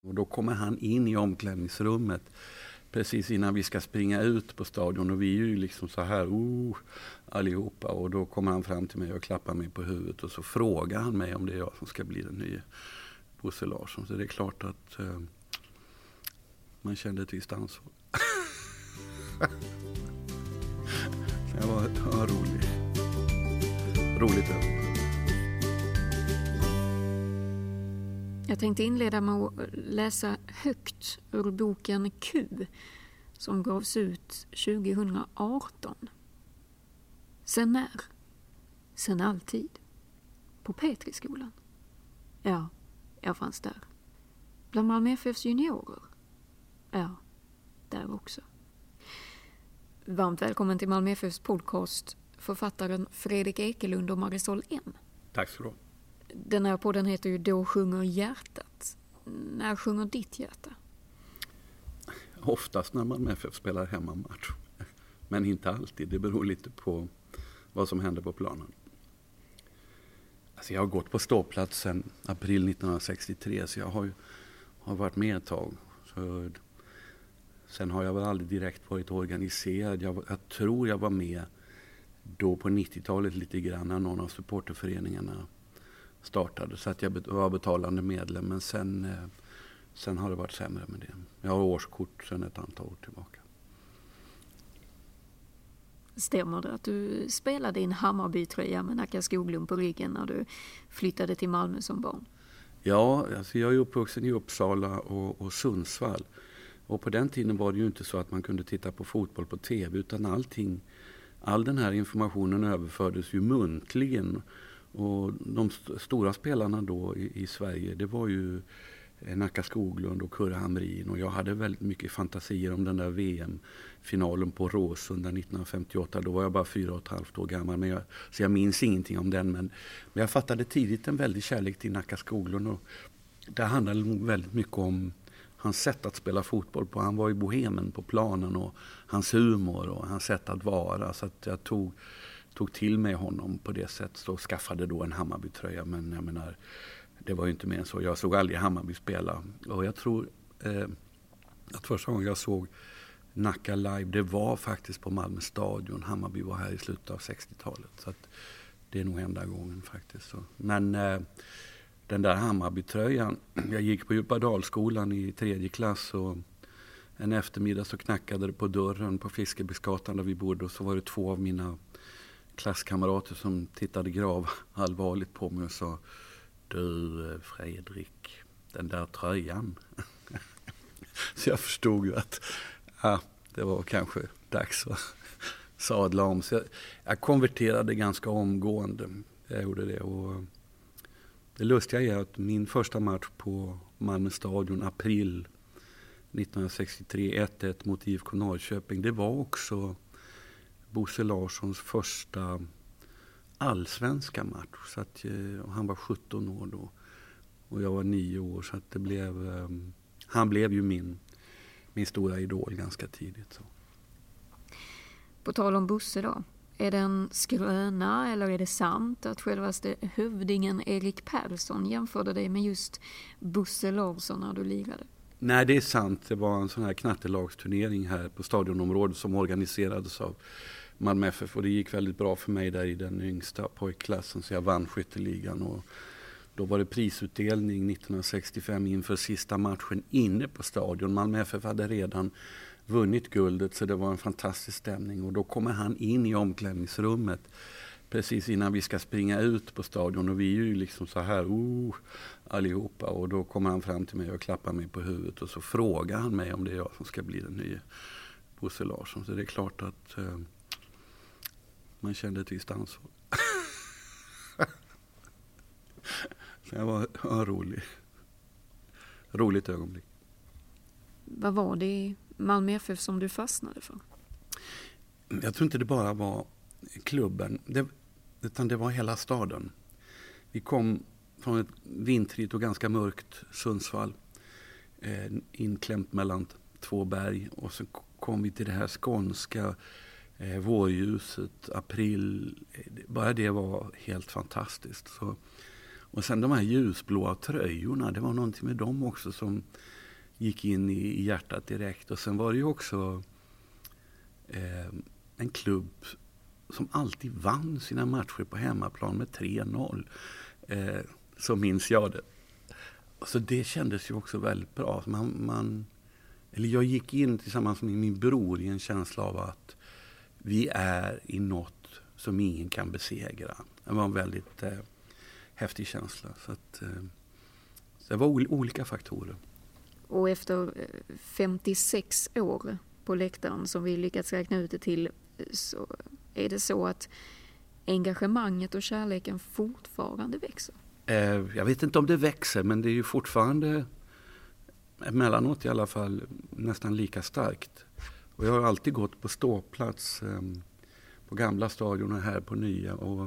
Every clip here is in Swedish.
Och då kommer han in i omklädningsrummet precis innan vi ska springa ut på stadion. Och vi är ju liksom så här, allihopa. Och då kommer han fram till mig och klappar mig på huvudet. Och så frågar han mig om det är jag som ska bli den nya Bosse Larsson. Så det är klart att man kände ett visst ansvar. Det var roligt. Jag tänkte inleda med att läsa högt ur boken Q som gavs ut 2018. Sen när? Sen alltid. På Petriskolan. Ja, jag fanns där. Bland Malmö FFs juniorer. Ja, där också. Varmt välkommen till Malmö FFs podcast, författaren Fredrik Ekelund och Marisol M. Tack så du. Den här podden heter ju Då sjunger hjärtat. När sjunger ditt hjärta? Oftast när Malmö FF spelar hemmamatch. Men inte alltid. Det beror lite på vad som händer på planen. Alltså jag har gått på ståplats sedan april 1963, så jag har varit med ett tag. Sen har jag väl aldrig direkt varit organiserad. Jag tror jag var med då på 90-talet lite grann när någon av supporterföreningarna startade. Så att jag var betalande medlem, men sen har det varit sämre med det. Jag har årskort sedan ett antal år tillbaka. Stämmer det att du spelade i en Hammarby-tröja med Nacka Skoglund på ryggen när du flyttade till Malmö som barn? Ja, alltså jag är uppvuxen i Uppsala och Sundsvall. Och på den tiden var det ju inte så att man kunde titta på fotboll på tv, utan all den här informationen överfördes ju muntligen. Och de stora spelarna då i Sverige, det var ju Nacka Skoglund och Kurre Hamrin. Och jag hade väldigt mycket fantasier om den där VM-finalen på Råsunda 1958. Då var jag bara 4,5 år gammal. Så jag minns ingenting om den. Men jag fattade tidigt en väldig kärlek till Nacka Skoglund. Och det handlade väldigt mycket om hans sätt att spela fotboll på. Han var i bohemen på planen, och hans humor och hans sätt att vara. Så att jag tog till mig honom på det sättet. Så skaffade då en Hammarby-tröja. Men jag menar, det var ju inte mer än så. Jag såg aldrig Hammarby spela. Och jag tror att första gången jag såg Nacka live, det var faktiskt på Malmö stadion. Hammarby var här i slutet av 60-talet. Så att det är nog enda gången faktiskt. Så. Men den där Hammarby-tröjan, jag gick på Djupadalsskolan i 3:e klass, och en eftermiddag så knackade det på dörren på Fiskebysgatan där vi bodde, och så var det 2 av mina klasskamrater som tittade allvarligt på mig och sa: "Du Fredrik, den där tröjan." Så jag förstod ju att det var kanske dags att sadla om. Så jag konverterade ganska omgående. Jag gjorde det, och det lustiga är att min första match på Malmö stadion, april 1963, 1-1 mot IFK Norrköping, det var också Bosse Larssons första allsvenska match. Så att, han var 17 år då och jag var 9 år, så att han blev ju min stora idol ganska tidigt. Så. På tal om Bosse då. Är det en skröna eller är det sant att självaste hövdingen Erik Persson jämförde dig med just Bosse Larsson när du lirade? Nej, det är sant. Det var en sån här knattelagsturnering här på stadionområdet som organiserades av Malmö FF, och det gick väldigt bra för mig där i den yngsta pojkklassen, så jag vann skytteligan, och då var det prisutdelning 1965 inför sista matchen inne på stadion. Malmö FF hade redan vunnit guldet, så det var en fantastisk stämning, och då kommer han in i omklädningsrummet precis innan vi ska springa ut på stadion, och vi är ju liksom så här allihopa, och då kommer han fram till mig och klappar mig på huvudet, och så frågar han mig om det är jag som ska bli den nya Bosse Larsson. Så det är klart att man kände ett visst ansvar. Så det var roligt ögonblick. Vad var det i Malmö FF som du fastnade för? Jag tror inte det bara var klubben, utan det var hela staden. Vi kom från ett vintrigt och ganska mörkt Sundsvall, inklämt mellan 2 berg, och så kom vi till det här skånska vårljuset, april. Bara det var helt fantastiskt. Så Och sen de här ljusblåa tröjorna, det var någonting med dem också som gick in i hjärtat direkt. Och sen var det ju också en klubb som alltid vann sina matcher på hemmaplan med 3-0. Så minns jag det. Så det kändes ju också väldigt bra. Jag gick in tillsammans med min bror i en känsla av att vi är i något som ingen kan besegra. Det var en väldigt häftig känsla. Så att, det var olika faktorer. Och efter 56 år på läktaren som vi lyckats räkna ut det till, så är det så att engagemanget och kärleken fortfarande växer. Jag vet inte om det växer, men det är ju fortfarande emellanåt i alla fall nästan lika starkt. Och jag har alltid gått på ståplats på gamla stadion och här på nya. Och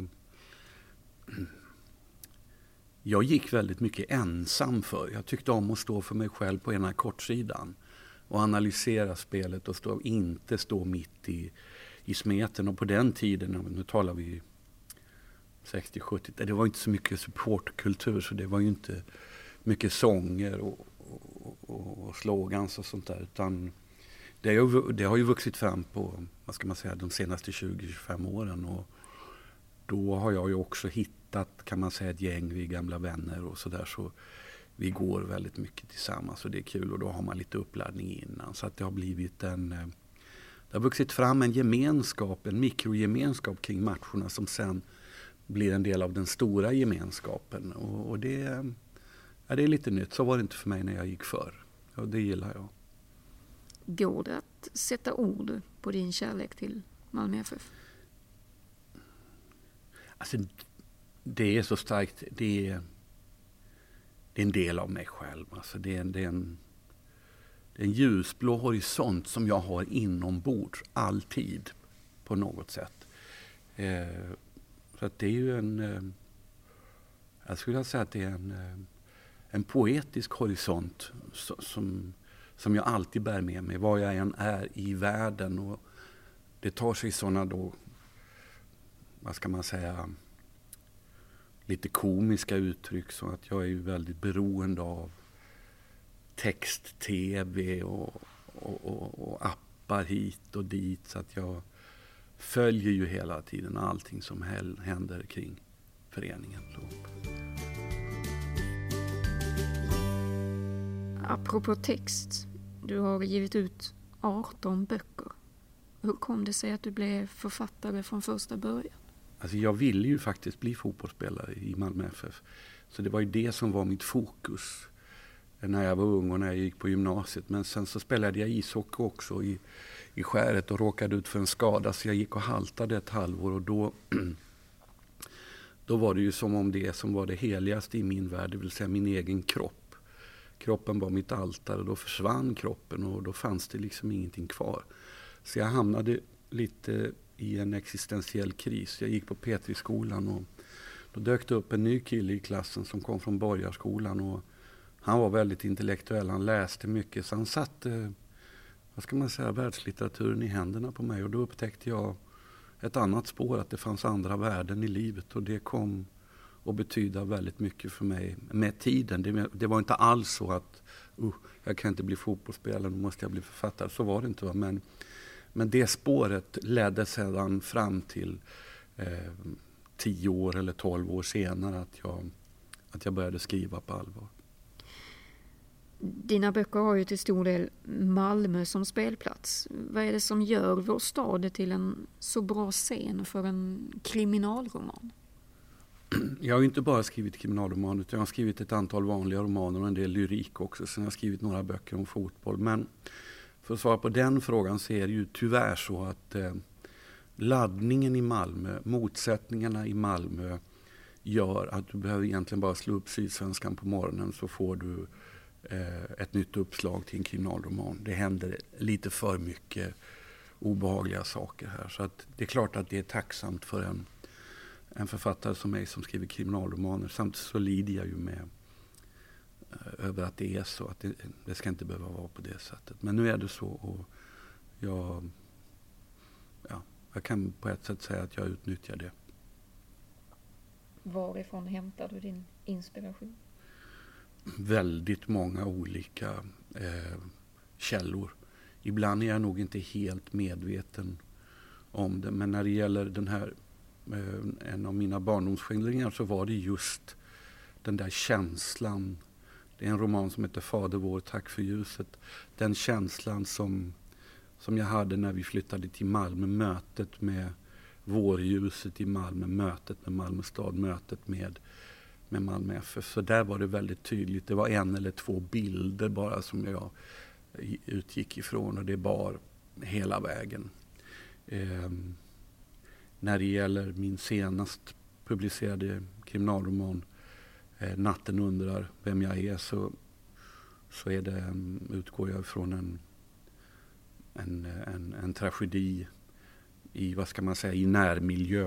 jag gick väldigt mycket ensam för. Jag tyckte om att stå för mig själv på ena kortsidan och analysera spelet och inte stå mitt i smeten. Och på den tiden, nu talar vi 60-70, det var inte så mycket supportkultur, så det var ju inte mycket sånger och slogans och sånt där, utan det har ju vuxit fram på, vad ska man säga, de senaste 20-25 åren, och då har jag ju också hittat, kan man säga, ett gäng, vi gamla vänner och sådär, så vi går väldigt mycket tillsammans och det är kul, och då har man lite uppladdning innan, så att det har blivit det har vuxit fram en gemenskap, en mikrogemenskap kring matcherna som sen blir en del av den stora gemenskapen, och det är lite nytt. Så var det inte för mig när jag gick förr, och det gillar jag. Går det att sätta ord på din kärlek till Malmö FF? Alltså, det är så starkt, det är en del av mig själv. Alltså, det är en ljusblå horisont som jag har inombords alltid på något sätt. Så att det är ju jag skulle säga att det är en poetisk horisont som jag alltid bär med mig, var jag än är i världen, och det tar sig sådana då, vad ska man säga, lite komiska uttryck, så att jag är ju väldigt beroende av text-tv och appar hit och dit, så att jag följer ju hela tiden allting som händer kring föreningen. Apropå text, du har givit ut 18 böcker. Hur kom det sig att du blev författare från första början? Alltså, jag ville ju faktiskt bli fotbollsspelare i Malmö FF. Så det var ju det som var mitt fokus när jag var ung och när jag gick på gymnasiet. Men sen så spelade jag ishockey också i Skäret och råkade ut för en skada, så jag gick och haltade ett halvår, och då var det ju som om det som var det heligaste i min värld, det vill säga min egen kropp. Kroppen var mitt altare, och då försvann kroppen och då fanns det liksom ingenting kvar. Så jag hamnade lite i en existentiell kris. Jag gick på Petriskolan, och då dök det upp en ny kille i klassen som kom från Borgarskolan, och han var väldigt intellektuell, han läste mycket, så han satte, vad ska man säga, världslitteraturen i händerna på mig, och då upptäckte jag ett annat spår, att det fanns andra värden i livet, och det kom att betyda väldigt mycket för mig med tiden. Det var inte alls så att jag kan inte bli fotbollsspelare, nu måste jag bli författare, så var det inte. Men det spåret ledde sedan fram till 10 år eller 12 år senare att jag började skriva på allvar. Dina böcker har ju till stor del Malmö som spelplats. Vad är det som gör vår stad till en så bra scen för en kriminalroman? Jag har ju inte bara skrivit kriminalroman, utan jag har skrivit ett antal vanliga romaner och en del lyrik också. Sen har jag skrivit några böcker om fotboll. Men för att svara på den frågan så är det ju tyvärr så att laddningen i Malmö, motsättningarna i Malmö gör att du behöver egentligen bara slå upp Sydsvenskan på morgonen, så får du ett nytt uppslag till en kriminalroman. Det händer lite för mycket obehagliga saker här. Så att det är klart att det är tacksamt för en författare som mig som skriver kriminalromaner. Samtidigt så lider jag ju med över att det är så. Att det ska inte behöva vara på det sättet. Men nu är det så, och jag kan på ett sätt säga att jag utnyttjar det. Varifrån hämtar du din inspiration? Väldigt många olika källor. Ibland är jag nog inte helt medveten om det. Men när det gäller den här, en av mina barndomsskildringar, så var det just den där känslan. Det är en roman som heter Fader vår, tack för ljuset. Den känslan som jag hade när vi flyttade till Malmö. Mötet med vårljuset i Malmö. Mötet med Malmö stad. Mötet med Malmö FF. Så där var det väldigt tydligt. Det var 1 eller 2 bilder bara som jag utgick ifrån. Och det bar hela vägen. När det gäller min senast publicerade kriminalroman Natten undrar vem jag är, så är det, utgår jag från en tragedi i, vad ska man säga, i närmiljö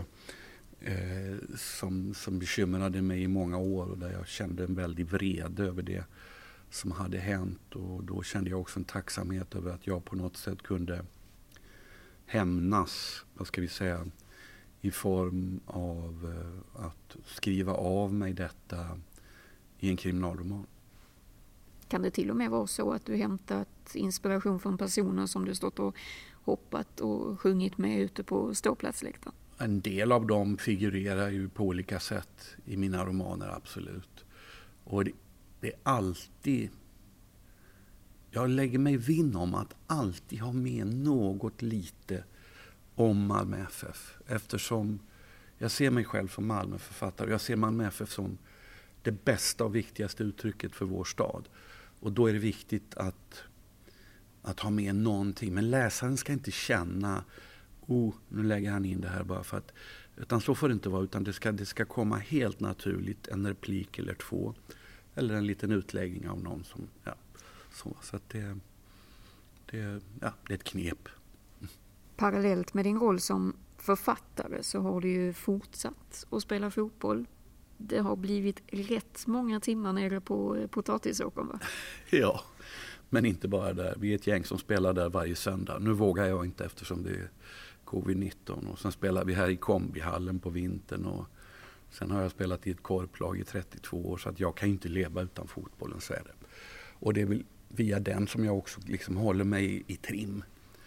som bekymrade mig i många år, och där jag kände en väldig vrede över det som hade hänt. Och då kände jag också en tacksamhet över att jag på något sätt kunde hämnas, vad ska vi säga, i form av att skriva av mig detta i en kriminalroman. Kan det till och med vara så att du hämtat inspiration från personer som du stått och hoppat och sjungit med ute på ståplatsläktaren? En del av dem figurerar ju på olika sätt i mina romaner, absolut. Och det är alltid... Jag lägger mig vinn om att alltid ha med något lite om Malmö FF. Eftersom jag ser mig själv som Malmöförfattare. Jag ser Malmö FF som det bästa och viktigaste uttrycket för vår stad. Och då är det viktigt att ha med någonting. Men läsaren ska inte känna, nu lägger han in det här bara för att... Utan så får det inte vara, utan det ska komma helt naturligt, en replik eller 2. Eller en liten utläggning av någon som... Ja, så att det är ett knep. Parallellt med din roll som författare så har du ju fortsatt att spela fotboll. Det har blivit rätt många timmar nere på potatisåkern, va? Ja, men inte bara där. Vi är ett gäng som spelar där varje söndag. Nu vågar jag inte eftersom det är covid-19. Och sen spelar vi här i kombihallen på vintern. Och sen har jag spelat i ett korplag i 32 år, så att jag kan inte leva utan fotbollen, så är det. Och det är väl via den som jag också liksom håller mig i trim.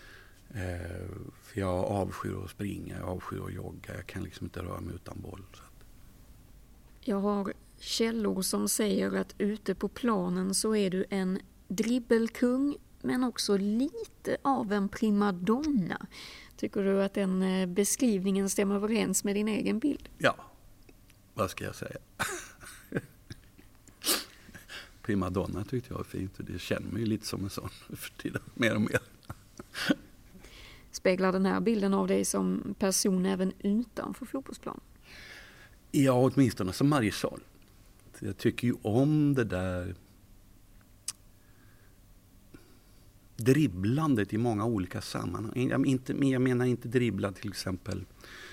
För jag avskyr att springa, jag avskyr att jogga. Jag kan liksom inte röra mig utan boll. Så att... Jag har källor som säger att ute på planen så är du en dribbelkung, men också lite av en primadonna. Tycker du att den beskrivningen stämmer överens med din egen bild? Ja, vad ska jag säga? Primadonna tyckte jag var fint, och det känner mig lite som en sån för tiden, mer och mer. Speglar den här bilden av dig som person även utanför fotbollsplan? Ja, åtminstone som Marisol. Jag tycker ju om det där dribblandet i många olika sammanhang. Jag menar inte dribbla till exempel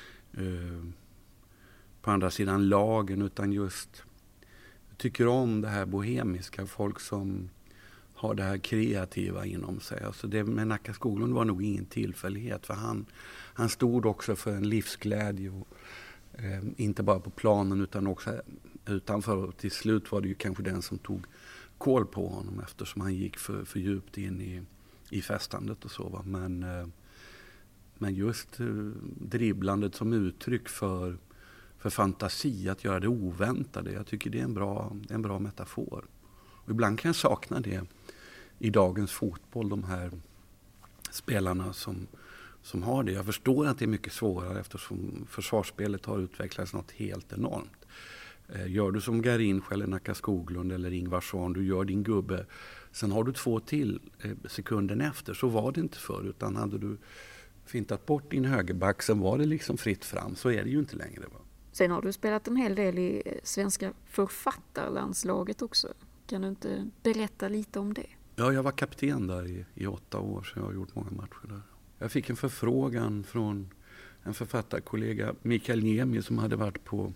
på andra sidan lagen, utan just jag tycker om det här bohemiska, folk som har det här kreativa inom sig. Alltså det med Nacka Skoglund var nog ingen tillfällighet, för han stod också för en livsglädje, och inte bara på planen utan också utanför. Och till slut var det ju kanske den som tog koll på honom, eftersom han gick för djupt in i festandet och så. Va? Men just dribblandet som uttryck för fantasi, att göra det oväntade. Jag tycker det är en bra metafor. Och ibland kan jag sakna det i dagens fotboll, de här spelarna som har det. Jag förstår att det är mycket svårare eftersom försvarsspelet har utvecklats något helt enormt. Gör du som Garin eller Nacka Skoglund eller Ingvarsson, du gör din gubbe. Sen har du 2 till sekunden efter, så var det inte förr, utan hade du fintat bort din högerback, sen var det liksom fritt fram. Så är det ju inte längre. Va? Sen har du spelat en hel del i svenska författarlandslaget också. Kan du inte berätta lite om det? Ja, jag var kapten där i 8 år, så jag har gjort många matcher där. Jag fick en förfrågan från en författarkollega, Mikael Niemi, som hade varit på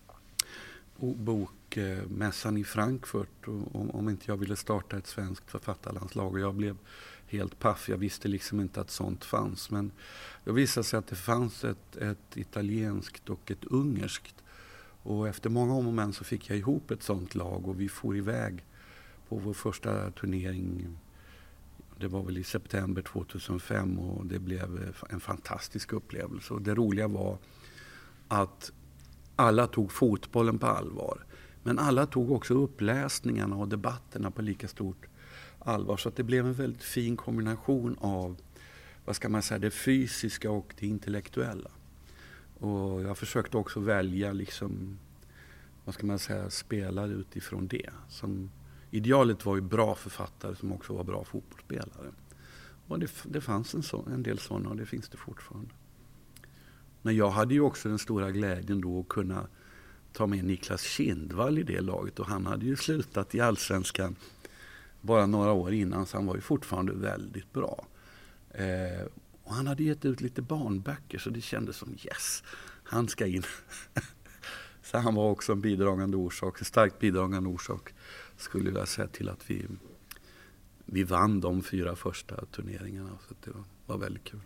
bokmässan i Frankfurt, om inte jag ville starta ett svenskt författarlandslag. Och jag blev helt paff. Jag visste liksom inte att sånt fanns. Men det visade sig att det fanns ett italienskt och ett ungerskt. Och efter många om och men så fick jag ihop ett sånt lag och vi for iväg på vår första turnering. Det var väl i september 2005 och det blev en fantastisk upplevelse. Och det roliga var att alla tog fotbollen på allvar. Men alla tog också uppläsningarna och debatterna på lika stort allvar. Så att det blev en väldigt fin kombination av, vad ska man säga, det fysiska och det intellektuella. Och jag försökte också välja liksom, vad ska man säga, spelare utifrån det. Idealet var ju bra författare som också var bra fotbollsspelare. Och det fanns en del sådana och det finns det fortfarande. Men jag hade ju också den stora glädjen då att kunna ta med Niklas Kindvall i det laget. Och han hade ju slutat i Allsvenskan bara några år innan, så han var ju fortfarande väldigt bra. Och han hade gett ut lite barnböcker så det kändes som yes, han ska in. Så han var också en starkt bidragande orsak skulle jag säga till att vi vann de 4 första turneringarna. Så det var väldigt kul.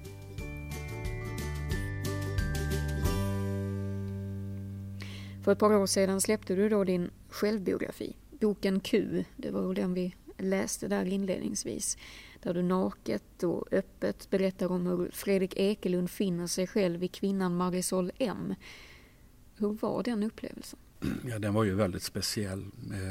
För ett par år sedan släppte du då din självbiografi, boken Q. Det var den vi läste där inledningsvis. Där du naket och öppet berättar om hur Fredrik Ekelund finner sig själv i kvinnan Marisol M. Hur var den upplevelsen? Ja, den var ju väldigt speciell.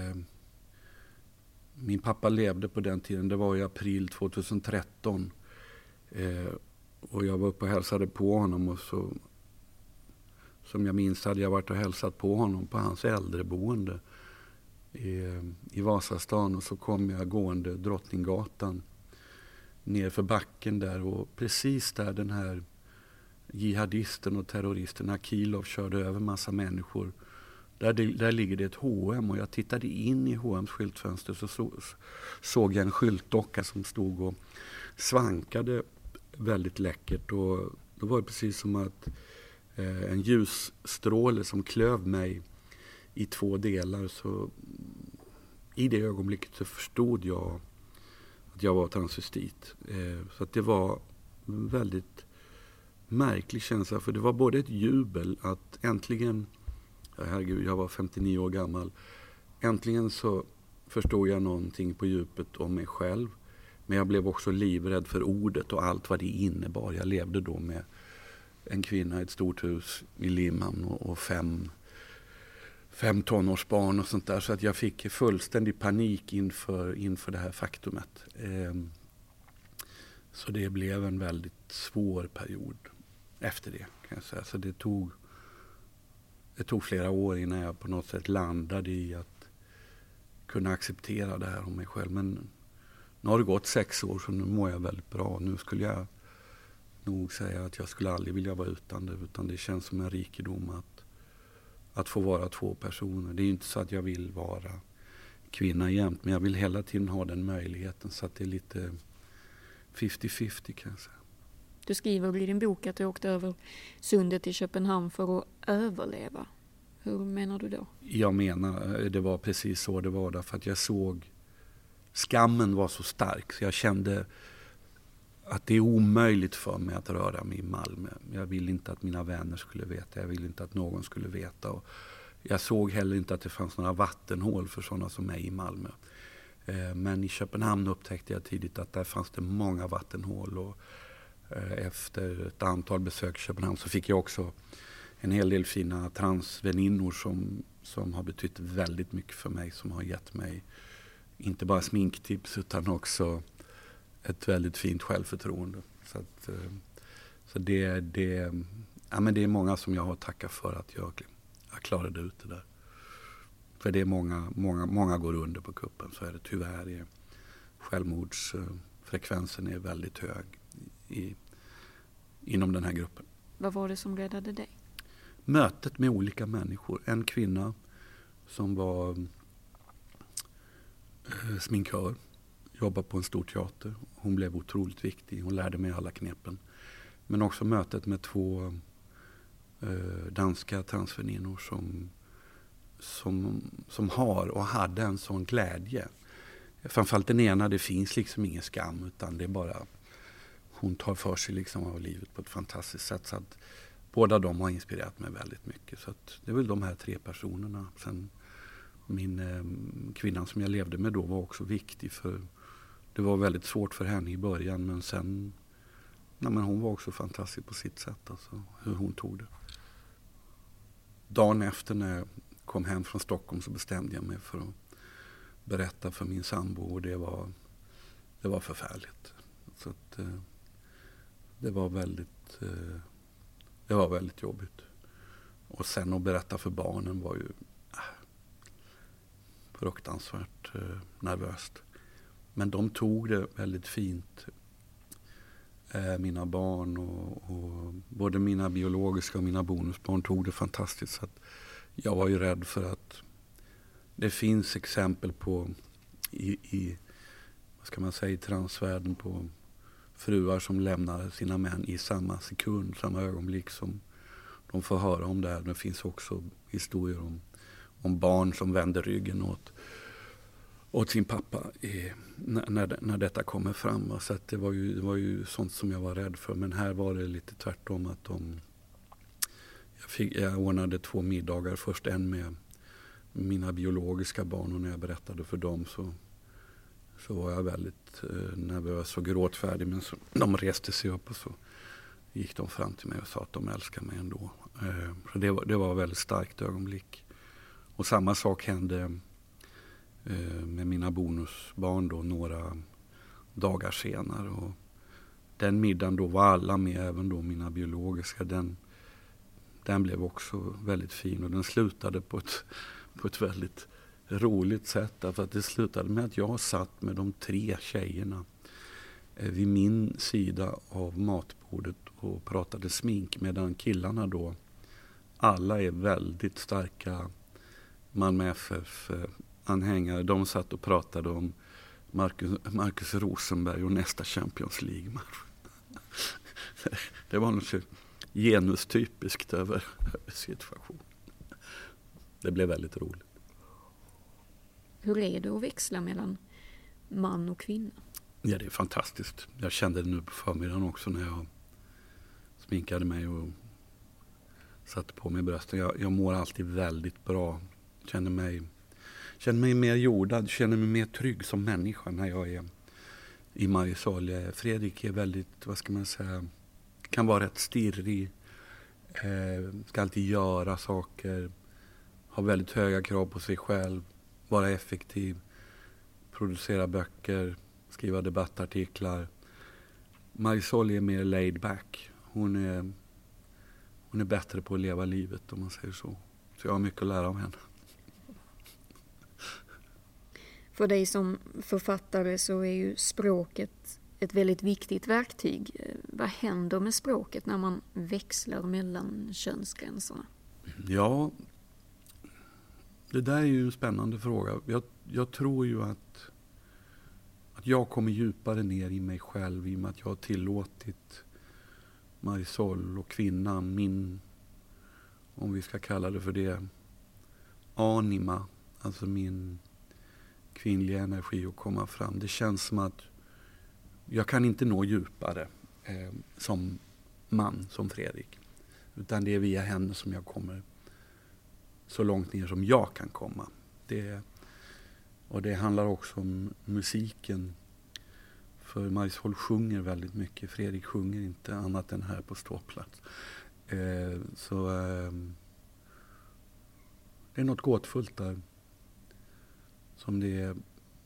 Min pappa levde på den tiden, det var i april 2013. Och jag var uppe och hälsade på honom och så, som jag minns hade jag varit och hälsat på honom på hans äldreboende i Vasastan, och så kom jag gående Drottninggatan ner för backen där, och precis där den här jihadisten och terroristen Akilov körde över massa människor. Där ligger det ett H&M och jag tittade in i H&M's skyltfönster så såg jag en skyltdocka som stod och svankade väldigt läckert, och då var det precis som att en ljusstråle som klöv mig i 2 delar. Så i det ögonblicket så förstod jag att jag var transvestit. Så att det var en väldigt märklig känsla, för det var både ett jubel att äntligen, herregud, jag var 59 år gammal, äntligen så förstod jag någonting på djupet om mig själv. Men jag blev också livrädd för ordet och allt vad det innebar. Jag levde då med en kvinna i ett stort hus i Limhamn och 5 tonårsbarn och sånt där. Så att jag fick fullständig panik inför det här faktumet. Så det blev en väldigt svår period efter det, kan jag säga. Så det tog flera år innan jag på något sätt landade i att kunna acceptera det här om mig själv. Men nu har det gått 6 år, så nu mår jag väldigt bra. Nu skulle jag nog säga att jag skulle aldrig vilja vara utan det. Utan det känns som en rikedom att få vara 2 personer. Det är inte så att jag vill vara kvinna jämt, men jag vill hela tiden ha den möjligheten. Så att det är lite 50-50, kan jag säga. Du skriver i din bok att du åkte över sundet i Köpenhamn för att överleva. Hur menar du då? Jag menar, det var precis så det var, därför att jag såg skammen var så stark. Så jag kände att det är omöjligt för mig att röra mig i Malmö. Jag vill inte att mina vänner skulle veta. Jag vill inte att någon skulle veta. Och jag såg heller inte att det fanns några vattenhål för sådana som mig i Malmö. Men i Köpenhamn upptäckte jag tidigt att där fanns det många vattenhål. Och efter ett antal besök i Köpenhamn så fick jag också en hel del fina transväninnor som har betytt väldigt mycket för mig. Som har gett mig inte bara sminktips utan också ett väldigt fint självförtroende. Så det är många som jag har tackat för att jag klarade ut det där. För det är många går under på kuppen, så är det tyvärr. Självmordsfrekvensen är väldigt hög inom den här gruppen. Vad var det som räddade dig? Mötet med olika människor. En kvinna som var sminkör, jobbade på en stor teater. Hon blev otroligt viktig. Hon lärde mig alla knepen. Men också mötet med 2 danska transväninnor som har och hade en sån glädje. Framförallt den ena, det finns liksom ingen skam, utan det är bara hon tar för sig liksom av livet på ett fantastiskt sätt. Så att båda de har inspirerat mig väldigt mycket. Så att det är väl de här 3 personerna. Sen min kvinnan som jag levde med då var också viktig, för det var väldigt svårt för henne i början, men sen men hon var också fantastisk på sitt sätt, alltså, hur hon tog det. Dagen efter när jag kom hem från Stockholm så bestämde jag mig för att berätta för min sambo, och det var förfärligt. Så att, det var väldigt jobbigt. Och sen att berätta för barnen var ju fruktansvärt nervöst. Men de tog det väldigt fint. Mina barn och både mina biologiska och mina bonusbarn tog det fantastiskt. Så att jag var ju rädd för att det finns exempel på i vad ska man säga, i transvärlden på fruar som lämnar sina män i samma sekund, samma ögonblick som de får höra om det här. Det finns också historier om barn som vänder ryggen åt sin pappa när detta kommer fram. Så att det var ju sånt som jag var rädd för. Men här var det lite tvärtom, att jag ordnade 2 middagar. Först en med mina biologiska barn, och när jag berättade för dem så var jag väldigt nervös och gråtfärdig. Men så, de reste sig upp och så gick de fram till mig och sa att de älskar mig ändå. Så det var ett väldigt starkt ögonblick. Och samma sak hände med mina bonusbarn då några dagar senare. Och den middagen då var alla med, även då mina biologiska. Den blev också väldigt fin, och den slutade på ett väldigt roligt sätt. Därför att det slutade med att jag satt med de 3 tjejerna vid min sida av matbordet och pratade smink, medan killarna då alla är väldigt starka Malmö FF-anhängare. De satt och pratade om Marcus Rosenberg och nästa Champions League-match. Det var något genustypiskt över situationen. Det blev väldigt roligt. Hur är det att växla mellan man och kvinna? Ja, det är fantastiskt. Jag kände det nu på förmiddagen också när jag sminkade mig och satte på mig brösten. Jag mår alltid väldigt bra. Känner mig mer jordad, känner mig mer trygg som människa när jag är i Marisol. Fredrik är väldigt, vad ska man säga, kan vara rätt stirrig. Ska alltid göra saker. Har väldigt höga krav på sig själv. Vara effektiv. Producera böcker. Skriva debattartiklar. Marisol är mer laid back. Hon är bättre på att leva livet, om man säger så. Så jag har mycket att lära av henne. För dig som författare så är ju språket ett väldigt viktigt verktyg. Vad händer med språket när man växlar mellan könsgränserna? Ja, det där är ju en spännande fråga. Jag tror ju att jag kommer djupare ner i mig själv i och med att jag har tillåtit Marisol och kvinnan, min, om vi ska kalla det för det, anima, alltså min kvinnliga energi att komma fram. Det känns som att jag kan inte nå djupare som man, som Fredrik. Utan det är via henne som jag kommer så långt ner som jag kan komma. Och det handlar också om musiken. För Marisol sjunger väldigt mycket. Fredrik sjunger inte annat än här på ståplats. Så det är något gåtfullt där. Som det är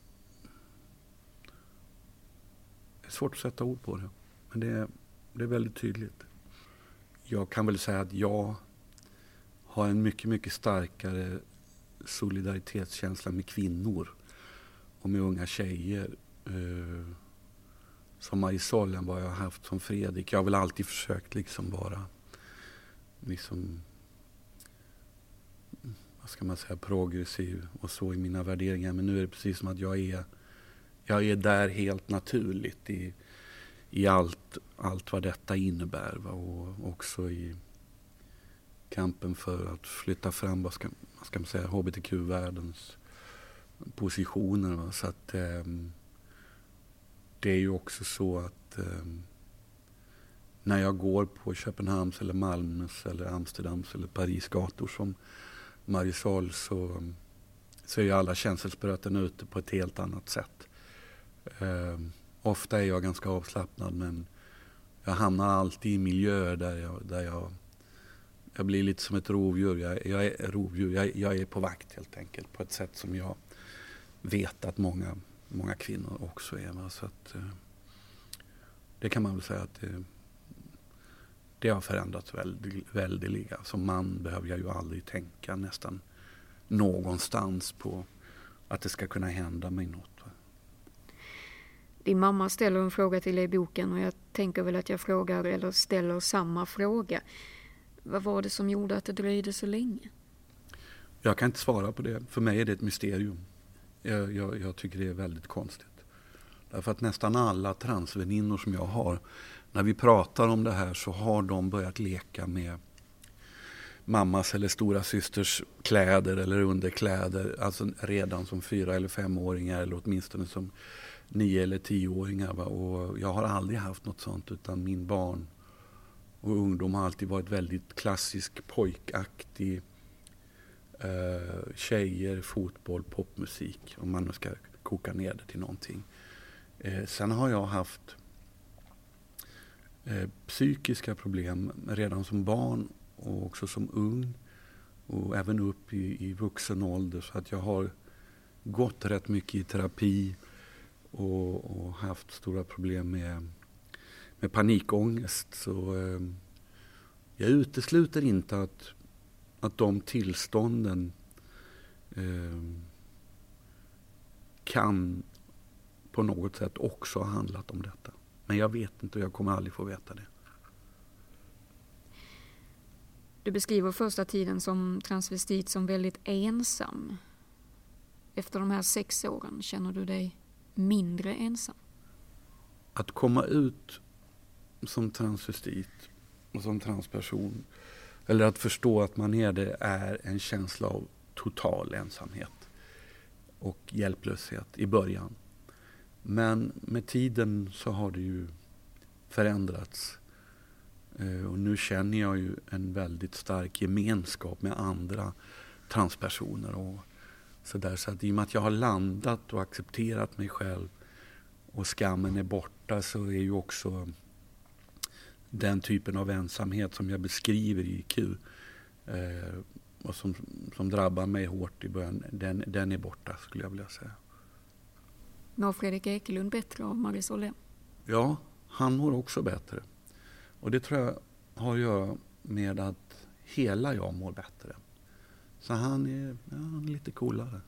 svårt att sätta ord på det. Men det är väldigt tydligt. Jag kan väl säga att jag har en mycket, mycket starkare solidaritetskänsla med kvinnor och med unga tjejer som Marisol än vad jag har haft som Fredrik. Jag har väl alltid försökt liksom vara liksom, vad ska man säga, progressiv och så i mina värderingar. Men nu är det precis som att jag är där helt naturligt i allt vad detta innebär. Va? Och också i kampen för att flytta fram, vad ska man säga, hbtq-världens positioner. Va? Så att det är ju också så att när jag går på Köpenhamns eller Malmös eller Amsterdams eller Paris gator som Marisol så är ju alla känselspröten ute på ett helt annat sätt. Ofta är jag ganska avslappnad, men jag hamnar alltid i miljöer där jag blir lite som ett rovdjur. Jag är rovdjur. Jag är på vakt helt enkelt på ett sätt som jag vet att många kvinnor också är. Va? Så att, det kan man väl säga att det har förändrats väldigt. Som man behöver jag ju aldrig tänka nästan någonstans på att det ska kunna hända mig något. Va? Din mamma ställer en fråga till dig i boken och jag tänker väl att jag frågar eller ställer samma fråga. Vad var det som gjorde att det dröjde så länge? Jag kan inte svara på det. För mig är det ett mysterium. Jag tycker det är väldigt konstigt. Därför att nästan alla transväninnor som jag har, när vi pratar om det här så har de börjat leka med mammas eller stora systers kläder eller underkläder. Alltså redan som 4- eller 5-åringar eller åtminstone som 9- eller 10-åringar. Va? Och jag har aldrig haft något sånt, utan min barn och ungdom har alltid varit väldigt klassisk, pojkaktig. Tjejer, fotboll, popmusik, om man nu ska koka ner det till någonting. Sen har jag haft psykiska problem redan som barn och också som ung och även upp i vuxen ålder, så att jag har gått rätt mycket i terapi och haft stora problem med panikångest. Så jag utesluter inte att de tillstånden kan på något sätt också ha handlat om detta. Men jag vet inte och jag kommer aldrig få veta det. Du beskriver första tiden som transvestit som väldigt ensam. Efter de här 6 åren, känner du dig mindre ensam? Att komma ut som transvestit och som transperson, eller att förstå att man är det, är en känsla av total ensamhet och hjälplöshet i början. Men med tiden så har det ju förändrats. Och nu känner jag ju en väldigt stark gemenskap med andra transpersoner. Och så att i och med att jag har landat och accepterat mig själv och skammen är borta, så är ju också den typen av ensamhet som jag beskriver i Q och som drabbar mig hårt i början, den är borta, skulle jag vilja säga. Mår Fredrik Ekelund bättre av Marisol M? Ja, han mår också bättre. Och det tror jag har att göra med att hela jag mår bättre. Så han är lite coolare.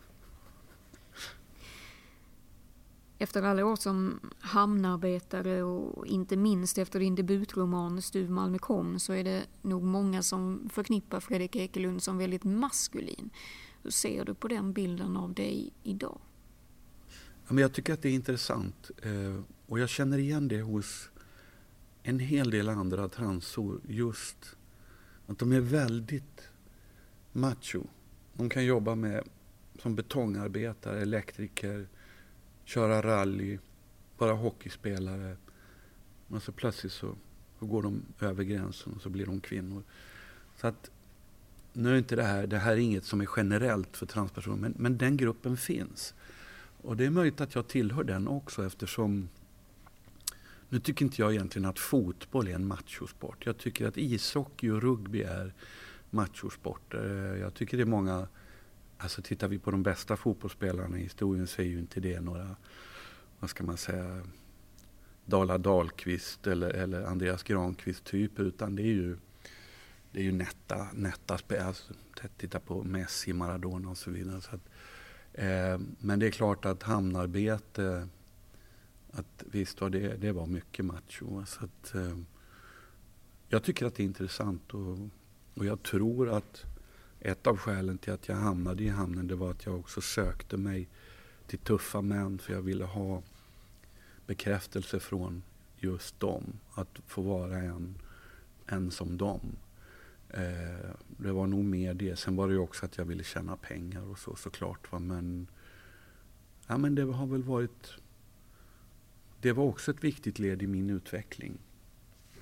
Efter alla år som hamnarbetare och inte minst efter din debutroman Stuv Malmö kom, så är det nog många som förknippar Fredrik Ekelund som väldigt maskulin. Hur ser du på den bilden av dig idag? Ja, men jag tycker att det är intressant. Och jag känner igen det hos en hel del andra transor. Just att de är väldigt macho. De kan jobba som betongarbetare, elektriker, köra rally, vara hockeyspelare. Och så plötsligt så går de över gränsen och så blir de kvinnor. Så att nu är inte det här är inget som är generellt för transpersoner, men den gruppen finns. Och det är möjligt att jag tillhör den också, eftersom nu tycker inte jag egentligen att fotboll är en machosport. Jag tycker att ishockey och rugby är machosporter. Jag tycker det är många, alltså tittar vi på de bästa fotbollsspelarna i historien så är ju inte det några, vad ska man säga, Dala Dahlqvist eller Andreas Granqvist typer, utan det är ju nätta spelare. Alltså, titta på Messi, Maradona och så vidare. Så att, men det är klart att hamnarbete, att visst var det var mycket macho. Så att, jag tycker att det är intressant och jag tror att ett av skälen till att jag hamnade i hamnen, det var att jag också sökte mig till tuffa män, för jag ville ha bekräftelse från just dem, att få vara en som dem. Det var nog mer det. Sen var det ju också att jag ville tjäna pengar och såklart. Va? Men det har väl varit, det var också ett viktigt led i min utveckling.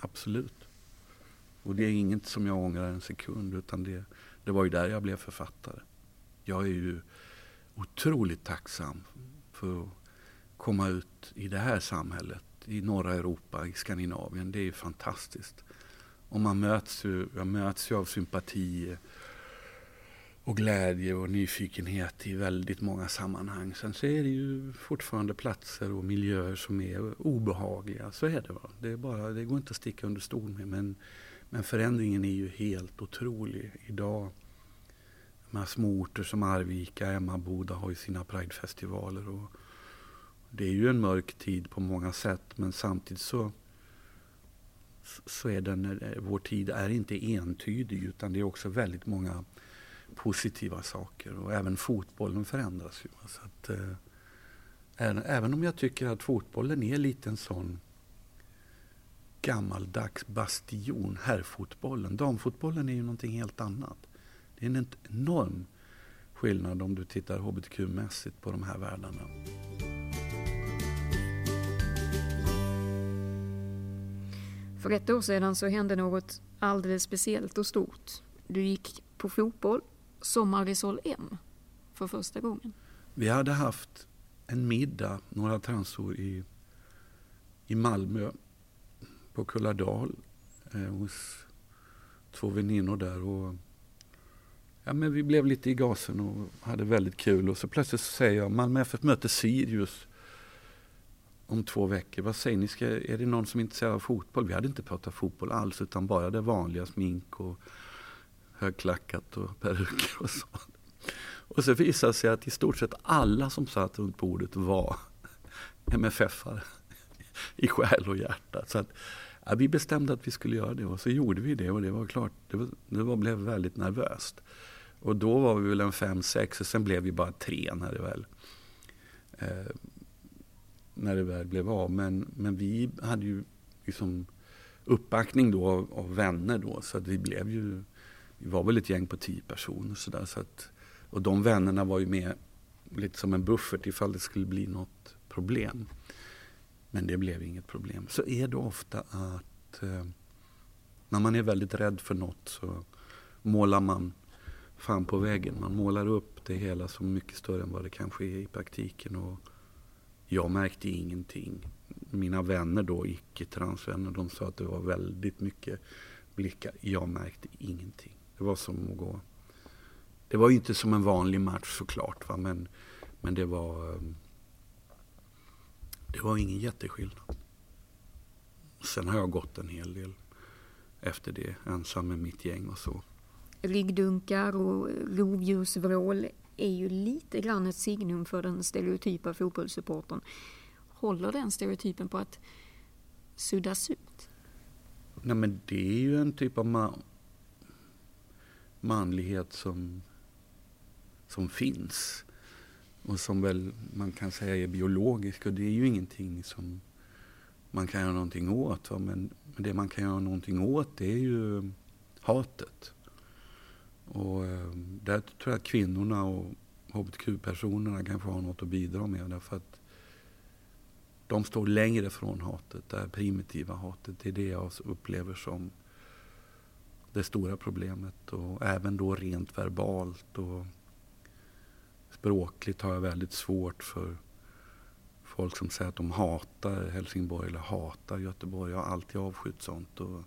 absolut. Och det är inget som jag ångrar en sekund, utan det var ju där jag blev författare. Jag är ju otroligt tacksam för att komma ut i det här samhället, i norra Europa, i Skandinavien. Det är ju fantastiskt. Och jag möts ju av sympati och glädje och nyfikenhet i väldigt många sammanhang. Sen så är det ju fortfarande platser och miljöer som är obehagliga. Så är det, va? Det går inte att sticka under stol med. Men förändringen är ju helt otrolig idag. De här små orter som Arvika, Emmaboda har ju sina Pride-festivaler. Och det är ju en mörk tid på många sätt, men samtidigt så är vår tid är inte entydig, utan det är också väldigt många positiva saker. Och även fotbollen förändras ju. Så att, även om jag tycker att fotbollen är lite en sån gammaldags bastion, herrfotbollen. Damfotbollen är ju någonting helt annat. Det är en enorm skillnad om du tittar hbtq-mässigt på de här världarna. För 1 år sedan så hände något alldeles speciellt och stort. Du gick på fotboll som Marisol M för första gången. Vi hade haft en middag, några transor i Malmö på Kullardal hos 2 väninnor där. Och men vi blev lite i gasen och hade väldigt kul. Och så plötsligt så säger jag, Malmö FF möter Sirius om 2 veckor. Vad säger ni? Är det någon som är intresserad av fotboll? Vi hade inte pratat fotboll alls, utan bara det vanliga, smink och högklackat och peruker och sånt. Och så visade det sig att i stort sett alla som satt runt bordet var MFF-are i själ och hjärta. Så att vi bestämde att vi skulle göra det, och så gjorde vi det, och det var klart, det blev väldigt nervöst. Och då var vi väl en 5-6, och sen blev vi bara 3 när det väl blev av. Men vi hade ju liksom uppbackning då av vänner då, så att vi var väl ett gäng på 10 personer så där, så att, och de vännerna var ju med lite som en buffert ifall det skulle bli något problem. Men det blev inget problem. Så är det ofta att när man är väldigt rädd för något så målar man fan på väggen. Man målar upp det hela som mycket större än vad det kanske är i praktiken. Och jag märkte ingenting. Mina vänner då, icke-transvänner, de sa att det var väldigt mycket blickar. Jag märkte ingenting. Det var som att gå. Det var ju inte som en vanlig match såklart, va? Men det var ingen jätteskillnad. Sen har jag gått en hel del efter det, ensam med mitt gäng och så. Ryggdunkar och rovdjursvrål är ju lite grann ett signum för den stereotypa fotbollssupporten. Håller den stereotypen på att suddas ut? Nej, men det är ju en typ av manlighet som finns. Och som väl man kan säga är biologisk. Och det är ju ingenting som man kan göra någonting åt. Va? Men det man kan göra någonting åt, det är ju hatet. Och där tror jag att kvinnorna och hbtq-personerna kanske har något att bidra med. Därför att de står längre från hatet. Det här primitiva hatet. Det är det jag upplever som det stora problemet. Och även då rent verbalt och språkligt har jag väldigt svårt för folk som säger att de hatar Helsingborg eller hatar Göteborg. Jag har alltid avskytt sånt. Och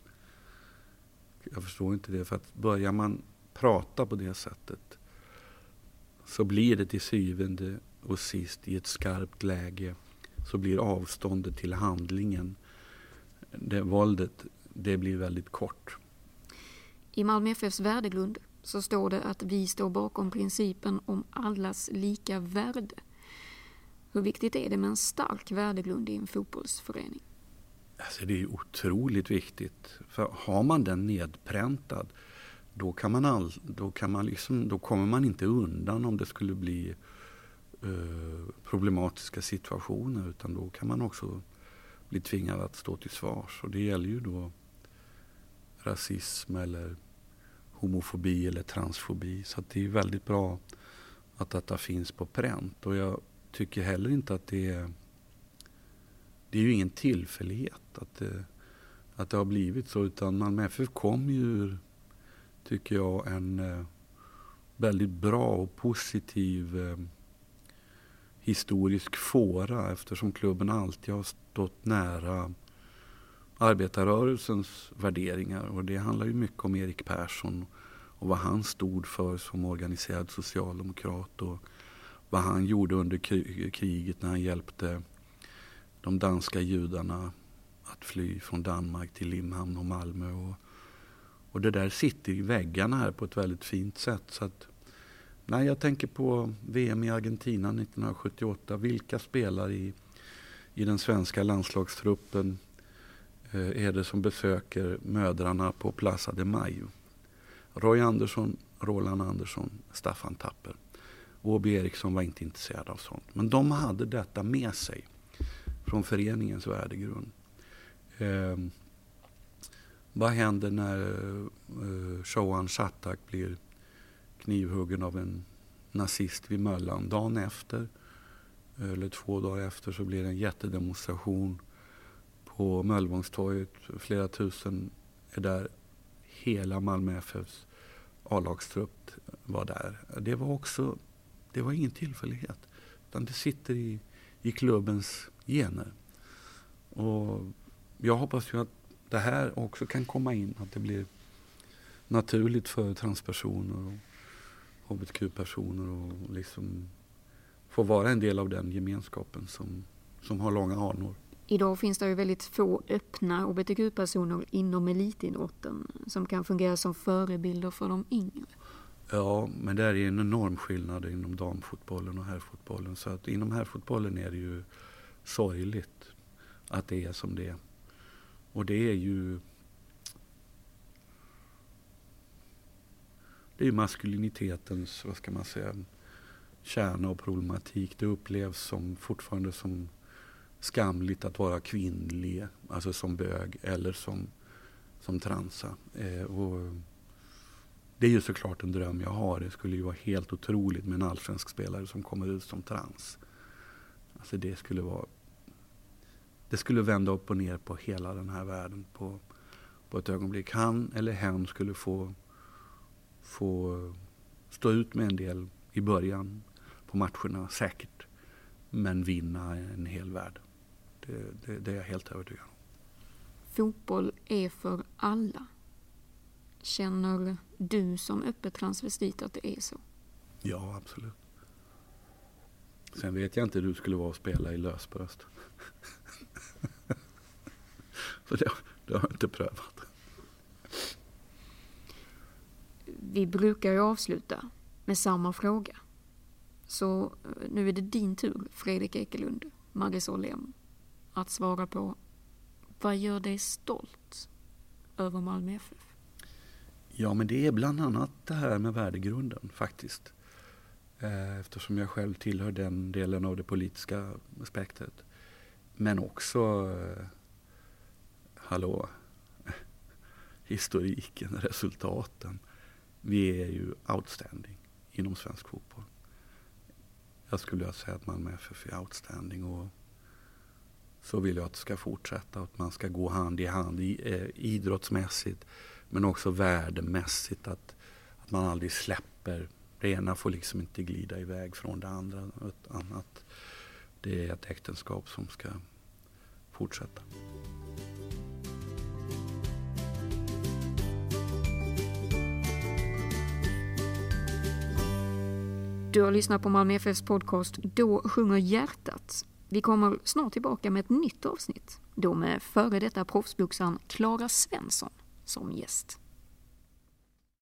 jag förstår inte det. För att börjar man prata på det sättet så blir det till syvende och sist i ett skarpt läge så blir avståndet till handlingen, våldet, det blir väldigt kort. I Malmö FFs värdegrund så står det att vi står bakom principen om allas lika värde. Hur viktigt är det med en stark värdegrund i en fotbollsförening? Alltså det är otroligt viktigt. För har man den nedpräntad, då kommer man inte undan om det skulle bli problematiska situationer, utan då kan man också bli tvingad att stå till svars. Och det gäller ju då rasism eller homofobi eller transfobi. Så att det är väldigt bra att detta finns på pränt. Och jag tycker heller inte att det är ju ingen tillfällighet att det har blivit så, utan Malmö FF kom ju, tycker jag, en väldigt bra och positiv historisk fåra, eftersom klubben alltid har stått nära arbetarrörelsens värderingar, och det handlar ju mycket om Erik Persson och vad han stod för som organiserad socialdemokrat och vad han gjorde under kriget när han hjälpte de danska judarna att fly från Danmark till Limhamn och Malmö, och det där sitter i väggarna här på ett väldigt fint sätt. Så att, när jag tänker på VM i Argentina 1978, vilka spelar i den svenska landslagstruppen är det som besöker mödrarna på Plaza de Mayo? Roy Andersson, Roland Andersson, Staffan Tapper. Åby Eriksson var inte intresserad av sånt. Men de hade detta med sig från föreningens värdegrund. Vad händer när Shohan Shattak blir knivhuggen av en nazist vid Möllan? Dagen efter, eller 2 dagar efter, så blir det en jättedemonstration på Möllevångstorget. Flera tusen är där. Hela Malmö FFs A-lagstrupp var där. Det var ingen tillfällighet, utan det sitter i klubbens gener. Och jag hoppas ju att det här också kan komma in, att det blir naturligt för transpersoner och hbtq-personer och liksom få vara en del av den gemenskapen som har långa anor. Idag finns det ju väldigt få öppna hbtq-personer inom elitidrotten som kan fungera som förebilder för de yngre. Ja, men det är en enorm skillnad inom damfotbollen och herrfotbollen. Så att inom herrfotbollen är det ju sorgligt att det är som det är. Och det är ju maskulinitetens, vad ska man säga, kärna och problematik. Det upplevs fortfarande som skamligt att vara kvinnlig, alltså som bög eller som transa. Och det är ju såklart en dröm jag har. Det skulle ju vara helt otroligt med en allsvensk spelare som kommer ut som trans. Alltså det skulle vända upp och ner på hela den här världen på ett ögonblick. Han eller hen skulle få stå ut med en del i början på matcherna säkert, men vinna en hel värld. Det är jag helt övertygad om. Fotboll är för alla. Känner du som öppet transvestit att det är så? Ja, absolut. Sen vet jag inte hur du skulle vara att spela i lösbröst. Så det har jag inte prövat. Vi brukar ju avsluta med samma fråga. Så nu är det din tur, Fredrik Ekelund, Marisol Lem, att svara på: vad gör dig stolt över Malmö FF? Ja, men det är bland annat det här med värdegrunden faktiskt. Eftersom jag själv tillhör den delen av det politiska aspektet. Men också historiken, resultaten. Vi är ju outstanding inom svensk fotboll. Jag skulle säga att Malmö FF är outstanding, och så vill jag att det ska fortsätta. Att man ska gå hand i hand idrottsmässigt, men också värdemässigt. Att man aldrig släpper. Det ena får liksom inte glida iväg från det andra. Att det är ett äktenskap som ska fortsätta. Du har lyssnat på Malmö FFs podcast Då sjunger hjärtat. Vi kommer snart tillbaka med ett nytt avsnitt. Då med före detta proffsboxaren Clara Svensson som gäst.